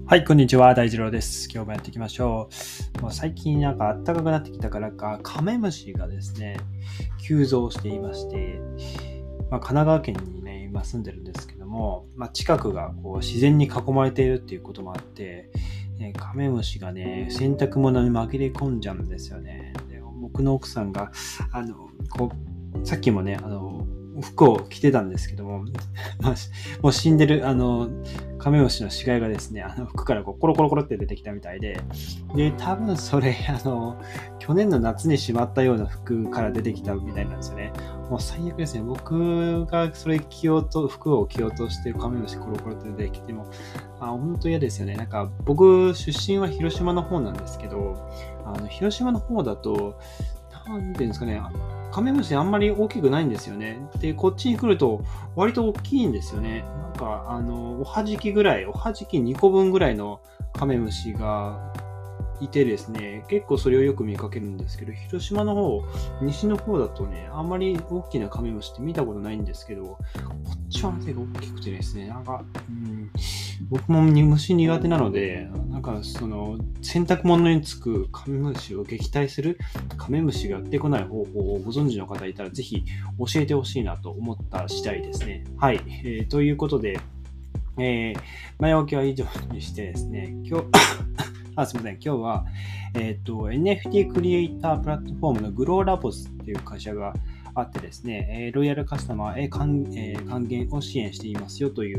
はい、こんにちは。大二郎です。今日もやっていきましょう。最近暖かくなってきたからか、カメムシがですね、急増していまして、神奈川県にね、今住んでるんですけども、近くが自然に囲まれているっていうこともあって、カメムシがね、洗濯物に紛れ込んじゃうんですよね。で、僕の奥さんが、さっきもね、服を着てたんですけども、もう死んでる、カメムシの死骸がですね、服からコロコロコロって出てきたみたいで、多分それ、去年の夏にしまったような服から出てきたみたいなんですよね。もう最悪ですね。僕がそれ服を着ようとしてカメムシコロコロって出てきても、本当嫌ですよね。僕、出身は広島の方なんですけど、広島の方だと、なんていうんですかね、カメムシあんまり大きくないんですよね。で、こっちに来ると割と大きいんですよね。おはじき2個分ぐらいのカメムシがいてですね、結構それをよく見かけるんですけど、広島の方、西の方だとね、あんまり大きなカメムシって見たことないんですけど、こっちはなぜか大きくてですね、僕も虫苦手なので、洗濯物につくカメムシを撃退するカメムシがやってこない方法をご存知の方いたら、ぜひ教えてほしいなと思った次第ですね。はい。ということで、前置きは以上にしてですね、すみません。今日は、NFT クリエイタープラットフォームのグローラボスっていう会社があってですね、ロイヤルカスタマーへ還元を支援していますよという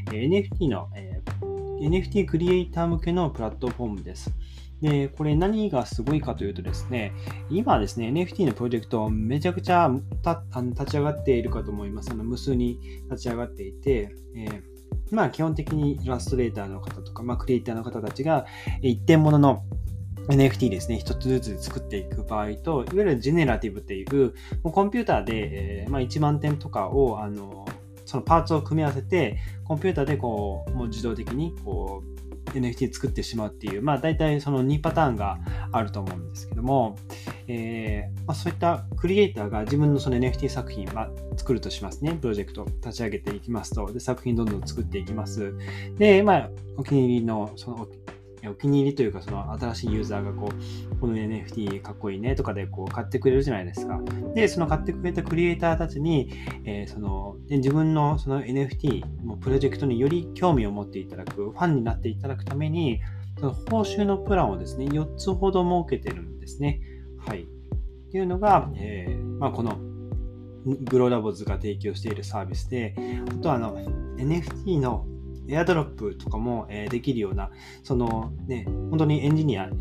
、NFT クリエイター向けのプラットフォームです。で、これ何がすごいかというとですね、今ですね、NFT のプロジェクトめちゃくちゃ立ち上がっているかと思います。無数に立ち上がっていて、基本的にイラストレーターの方とか、クリエイターの方たちが一点物の NFT ですね、一つずつ作っていく場合と、いわゆるジェネラティブっていう、もうコンピューターで、1万点とかを、そのパーツを組み合わせて、コンピューターでもう自動的にNFT 作ってしまうっていう、大体その2パターンがあると思うんですけども、そういったクリエイターが自分のその NFT 作品は作るとしますね。プロジェクトを立ち上げていきますと、で、作品どんどん作っていきます。で、お気に入りの、お気に入りというか、その新しいユーザーがこの NFT かっこいいねとかで買ってくれるじゃないですか。で、その買ってくれたクリエイターたちに、自分のその NFT のプロジェクトにより興味を持っていただく、ファンになっていただくために、その報酬のプランをですね、4つほど設けてるんですね。はい。っていうのが、このグローラボズが提供しているサービスで、あとはNFT のエアドロップとかも、できるような、本当にエンジニア、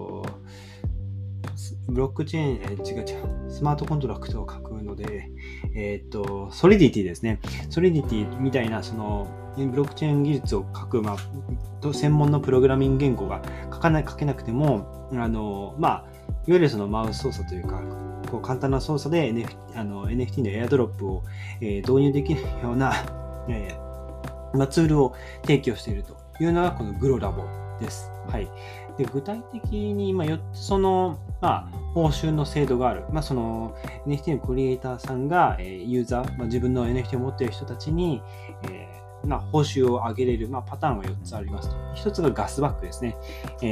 ブロックチェーン、スマートコントラクトを書くので、ソリディティですね。ソリディティみたいな、ブロックチェーン技術を書く、専門のプログラミング言語が書けなくても、いわゆるそのマウス操作というか、簡単な操作で NFT のエアドロップを、導入できるような、ツールを提供しているというのがこのグロラボです。はい。で、具体的に4つ報酬の制度がある。NFT のクリエイターさんが、ユーザー、自分の NFT を持っている人たちに、報酬を上げれる、パターンが4つありますと。1つがガスバックですね。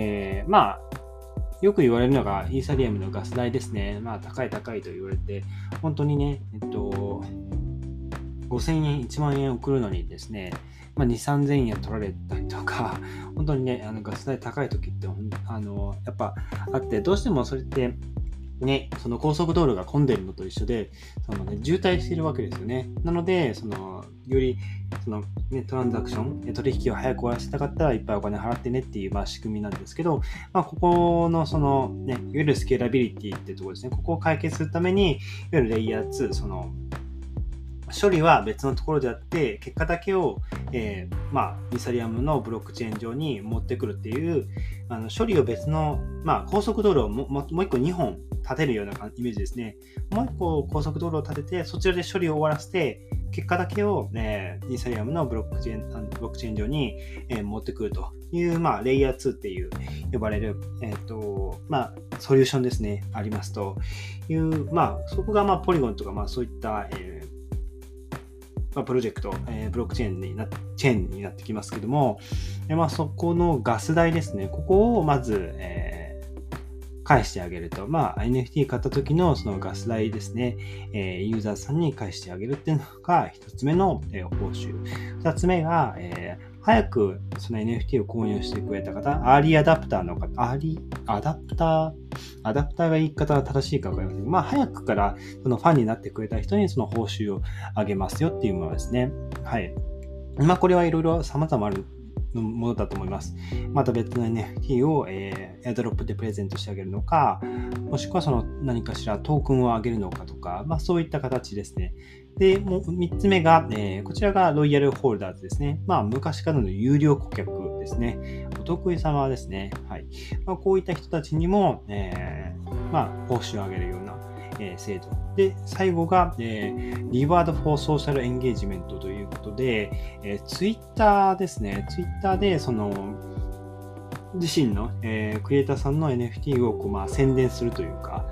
よく言われるのがイーサリアムのガス代ですね。高いと言われて、本当にね、5000円、1万円送るのにですね、2、3000円取られたりとか、本当にね、ガス代高い時って、やっぱあって、どうしてもそれって、ね、その高速道路が混んでいるのと一緒で、渋滞しているわけですよね。なので、より、トランザクション、取引を早く終わらせたかったらいっぱいお金払ってねっていう、仕組みなんですけど、ここのいわゆるスケーラビリティってところですね。ここを解決するために、いわゆるレイヤー2、処理は別のところであって、結果だけを、イーサリアムのブロックチェーン上に持ってくるっていう、処理を別の、高速道路をもう一個2本立てるようなイメージですね。もう一個高速道路を立てて、そちらで処理を終わらせて、結果だけを、イーサリアムのブロックチェーン上に、持ってくるという、レイヤー2っていう呼ばれる、ソリューションですね、ありますという、そこがポリゴンとか、そういった、 プロジェクト、ブロックチェーンになってきますけども、そこのガス代ですね、ここをまず、返してあげると、NFT 買った時のそのガス代ですね、ユーザーさんに返してあげるっていうのが一つ目の、報酬。二つ目が、早くその NFT を購入してくれた方、アーリーアダプターの方、アダプターが言い方が正しいか分かりませんが、早くからそのファンになってくれた人にその報酬をあげますよっていうものですね。はい。これはいろいろ様々あるものだと思います。また別の NFT を、エアドロップでプレゼントしてあげるのか、もしくはその何かしらトークンをあげるのかとか、そういった形ですね。で、もう3つ目が、こちらがロイヤルホルダーズですね。昔からの有料顧客ですね。お得意様ですね。はい。こういった人たちにも、報酬をあげるような、制度。で、最後が、リワード・フォー・ソーシャル・エンゲージメントということで、ツイッターですね。ツイッターで、その、自身の、クリエイターさんの NFT を宣伝するというか、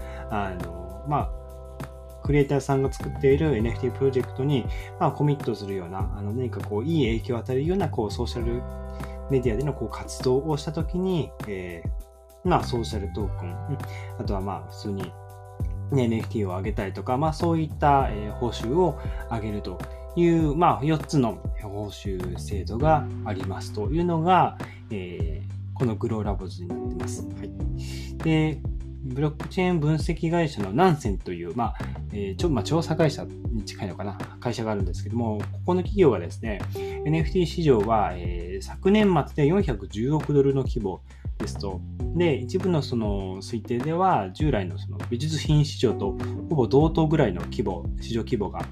クリエイターさんが作っている NFT プロジェクトに、コミットするような、何かいい影響を与えるような、ソーシャルメディアでの活動をしたときに、ソーシャルトークン、あとは普通に、NFT を上げたりとか、そういった、報酬を上げるという、4つの報酬制度がありますというのが、このグローラボズになっています。はい。で、ブロックチェーン分析会社のナンセンという、調査会社に近いのかな、会社があるんですけども、ここの企業がですね、NFT 市場は、昨年末で410億ドルの規模ですと。で、一部のその推定では、従来のその美術品市場とほぼ同等ぐらいの市場規模があって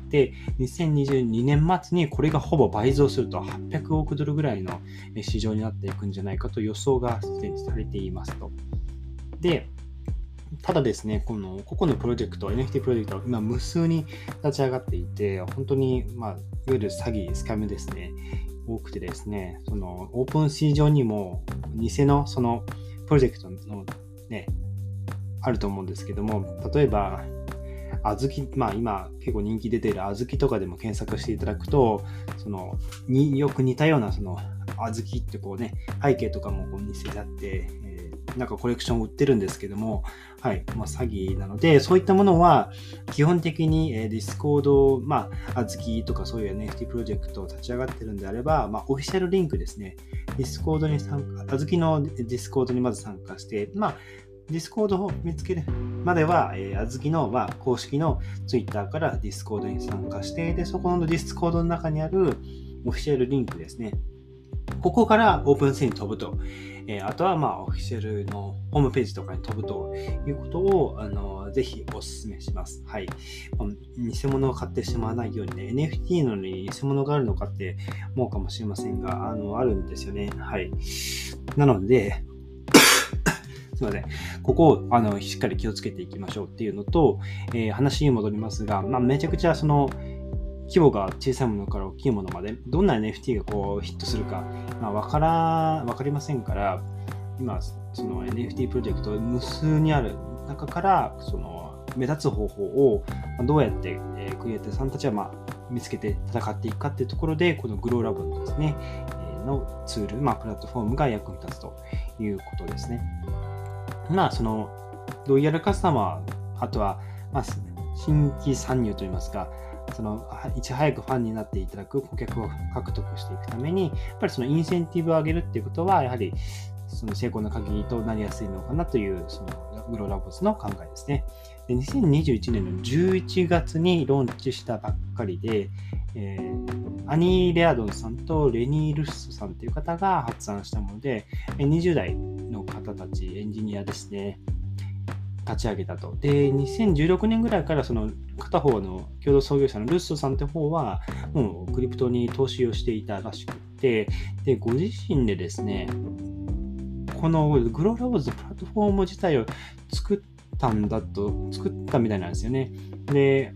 、2022年末にこれがほぼ倍増すると800億ドルぐらいの市場になっていくんじゃないかと予想がすでにされていますと。で、ただですね、この個々のプロジェクト、NFT プロジェクトは今無数に立ち上がっていて、本当に、いわゆる詐欺、スキャムですね、多くてですね、そのオープンシー上にも偽のそのプロジェクトのね、あると思うんですけども、例えば、今結構人気出ているあずきとかでも検索していただくと、よく似たようなそのあずきって背景とかも偽であって、なんかコレクションを売ってるんですけども、はい、詐欺なので、そういったものは基本的にディスコード、あずきとかそういう NFT プロジェクトを立ち上がってるんであれば、オフィシャルリンクですね、ディスコードにあずきのディスコードにまず参加して、ディスコードを見つけるまでは、あずきの、公式のツイッターからディスコードに参加して、で、そこのディスコードの中にあるオフィシャルリンクですね。ここからオープンセに飛ぶと。あとはオフィシャルのホームページとかに飛ぶということをぜひお勧めします。はい。偽物を買ってしまわないようにね、NFT のに偽物があるのかって思うかもしれませんが、あるんですよね。はい。なので、すいません。ここをしっかり気をつけていきましょうっていうのと、話に戻りますが、めちゃくちゃ規模が小さいものから大きいものまで、どんな NFT がヒットするか、わかりませんから、今、その NFT プロジェクト無数にある中から、目立つ方法をどうやってクリエイターさんたちは見つけて戦っていくかっていうところで、このグローラボのですね、のツール、プラットフォームが役に立つということですね。ロイヤルカスタマー、あとは、新規参入といいますか、いち早くファンになっていただく顧客を獲得していくために、やっぱりインセンティブを上げるっていうことは、やはり成功の鍵となりやすいのかなという、グローラボスの考えですね。で、2021年の11月にローンチしたばっかりで、アニー・レアドンさんとレニー・ルッソさんという方が発案したもので、20代の方たち、エンジニアですね、立ち上げたと。で、2016年ぐらいから片方の共同創業者のルッソさんって方は、もうクリプトに投資をしていたらしくて、で、ご自身でですね、このグローラボズプラットフォーム自体を作ったみたいなんですよね。で、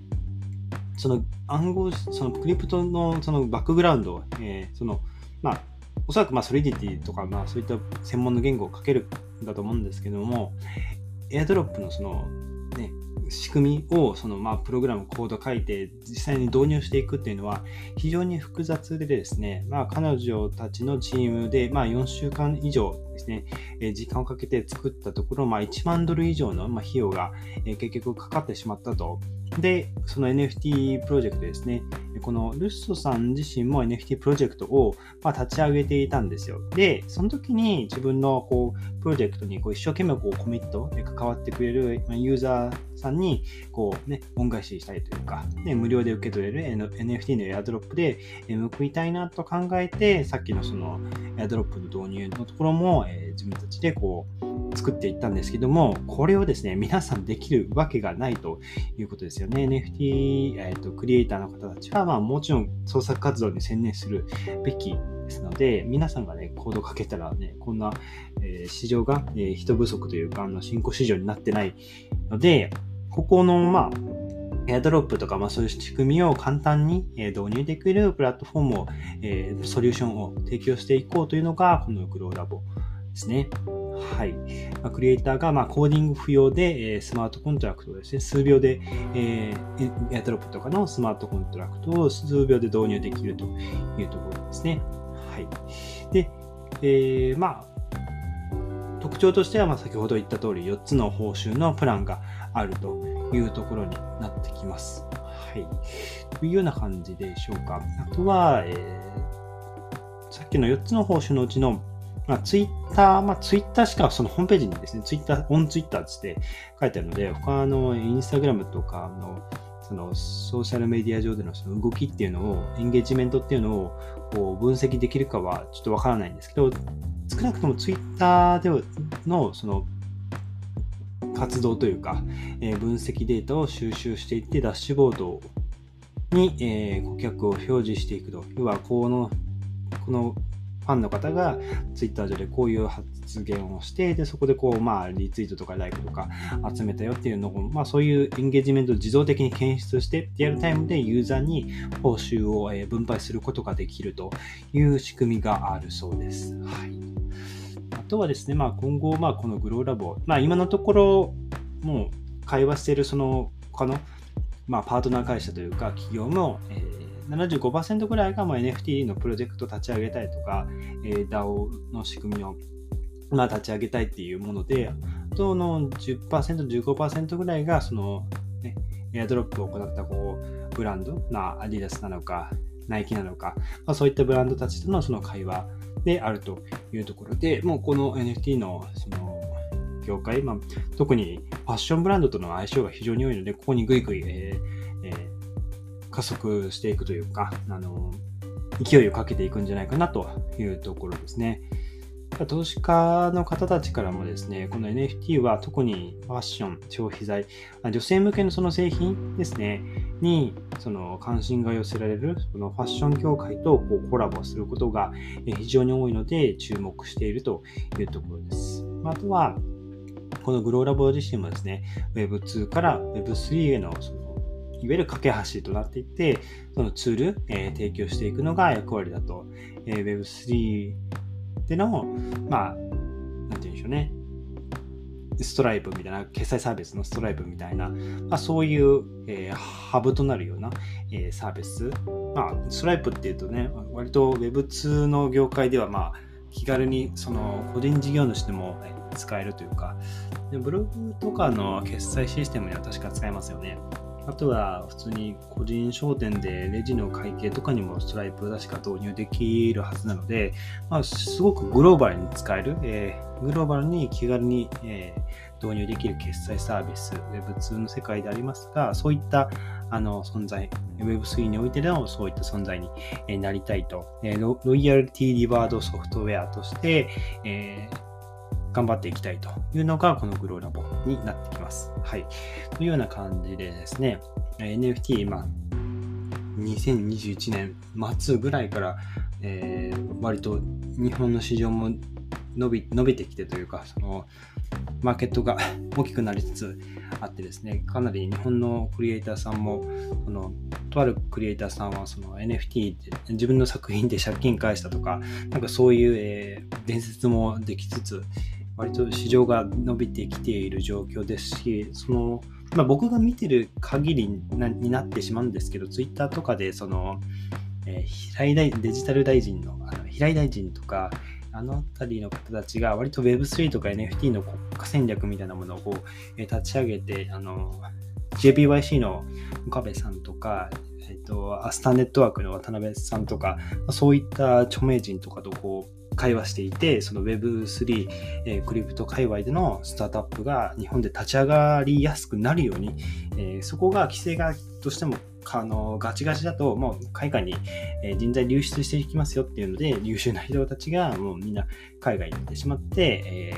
クリプトのバックグラウンドを、おそらくソリディティとか、そういった専門の言語を書けるんだと思うんですけども、エアドロップの仕組みをプログラムコード書いて実際に導入していくっていうのは非常に複雑でですね、彼女たちのチームで4週間以上ですね、時間をかけて作ったところ、1万ドル以上の費用が結局かかってしまったと。で、その NFT プロジェクトですね、このルッソさん自身も NFT プロジェクトを立ち上げていたんですよ。で、その時に自分のプロジェクトに一生懸命コミットで関わってくれるユーザーさんに恩返ししたいというか、無料で受け取れる NFT のエアドロップで報いたいなと考えて、さっきのそのエアドロップの導入のところも自分たちで作っていったんですけども、これをですね、皆さんできるわけがないということですよね。NFT、クリエイターの方たちは、もちろん創作活動に専念するべきですので、皆さんがね、コードかけたらね、こんな、市場が、人不足というか、新興市場になってないので、ここの、エアドロップとか、そういう仕組みを簡単に導入できるプラットフォームを、ソリューションを提供していこうというのが、このグローラボですね。はい。クリエイターがコーディング不要でスマートコントラクトをですね、数秒でエアドロップとかのスマートコントラクトを数秒で導入できるというところですね。はい。で、特徴としては先ほど言った通り4つの報酬のプランがあるというところになってきます。はい。というような感じでしょうか。あとは、さっきの4つの報酬のうちのツイッターしかそのホームページにですね、オンツイッターって書いてあるので、他のインスタグラムとかのそのソーシャルメディア上でのその動きっていうのを、エンゲージメントっていうのを分析できるかはちょっとわからないんですけど、少なくともツイッターでのその活動というか、分析データを収集していって、ダッシュボードに、顧客を表示していくと。要はこのファンの方がツイッター上でこういう発言をして、でそこでリツイートとかライクとか集めたよっていうのを、そういうエンゲージメントを自動的に検出して、リアルタイムでユーザーに報酬を分配することができるという仕組みがあるそうです。はい。あとはですね、今後、このグローラボ、今のところ、もう会話しているその他の、パートナー会社というか企業も、75% ぐらいがNFT のプロジェクトを立ち上げたいとか、DAO の仕組みを立ち上げたいっていうもので、あとの 10%、15% ぐらいがその、エアドロップを行ったブランド、アディダスなのか、ナイキなのか、そういったブランドたちとのその会話であるというところで、もうこの NFT のその業界、特にファッションブランドとの相性が非常に多いので、ここにぐいぐい、加速していくというか、勢いをかけていくんじゃないかなというところですね。投資家の方たちからもですね、この NFT は特にファッション、消費財、女性向けのその製品ですね、にその関心が寄せられるそのファッション業界とコラボすることが非常に多いので注目しているというところです。あとは、このグローラボ自身もですね、Web2 から Web3 へのいわゆる架け橋となっていって、そのツール、提供していくのが役割だと。Web3 での、なんて言うんでしょうね。ストライプみたいな、決済サービスのストライプみたいな、そういう、ハブとなるような、サービス。ストライプっていうとね、割と Web2 の業界では気軽にその個人事業主でも使えるというか、ブログとかの決済システムには確か使えますよね。あとは普通に個人商店でレジの会計とかにもストライプ確か導入できるはずなので、すごくグローバルに使える、グローバルに気軽に、導入できる決済サービス、Web2 の世界でありますが、そういった存在、Web3 においてのそういった存在になりたいと、ロイヤリティリワードソフトウェアとして、頑張っていきたいというのがこのグローラボになってきます。はい。というような感じでですね、NFT、2021年末ぐらいから、割と日本の市場も伸びてきてというか、そのマーケットが大きくなりつつあってですね、かなり日本のクリエイターさんも、とあるクリエイターさんはその NFT で自分の作品で借金返したとか、そういう、伝説もできつつ、割と市場が伸びてきている状況ですし、その僕が見てる限りになってしまうんですけど、ツイッターとかでデジタル大臣の平井大臣とか、あのあたりの方たちが割と Web3 とか NFT の国家戦略みたいなものを立ち上げて、JPYC の岡部さんとか、アスターネットワークの渡辺さんとか、そういった著名人とかと会話していて、その Web3、クリプト界隈でのスタートアップが日本で立ち上がりやすくなるように、そこが規制がどうしてもガチガチだともう海外に人材流出していきますよっていうので、優秀な人たちがもうみんな海外に行ってしまって、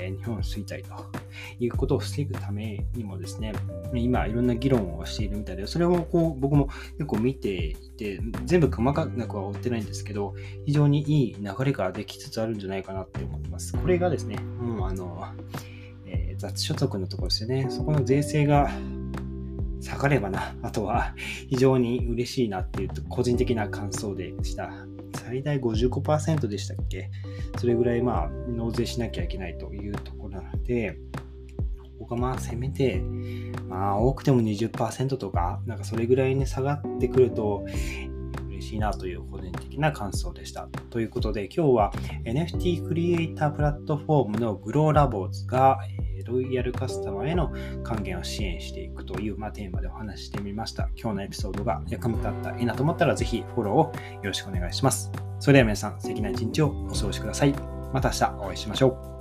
日本衰退ということを防ぐためにもですね、今いろんな議論をしているみたいで、それを僕も結構見ていて、全部細かくは追ってないんですけど、非常にいい流れができつつあるんじゃないかなって思ってます。これがですね、雑所得のところですよね。そこの税制が下がればな、あとは非常に嬉しいなっていう個人的な感想でした。最大 55% でしたっけ？それぐらい納税しなきゃいけないというところなので、ここがせめて多くても 20% とか、それぐらいに下がってくると嬉しいなという個人的な感想でした。ということで今日は NFT クリエイタープラットフォームのグローラボーズがロイヤルカスタマーへの還元を支援していくという、テーマでお話ししてみました。今日のエピソードが役に立ったらいいなと思ったらぜひフォローをよろしくお願いします。それでは皆さん、素敵な一日をお過ごしください。また明日お会いしましょう。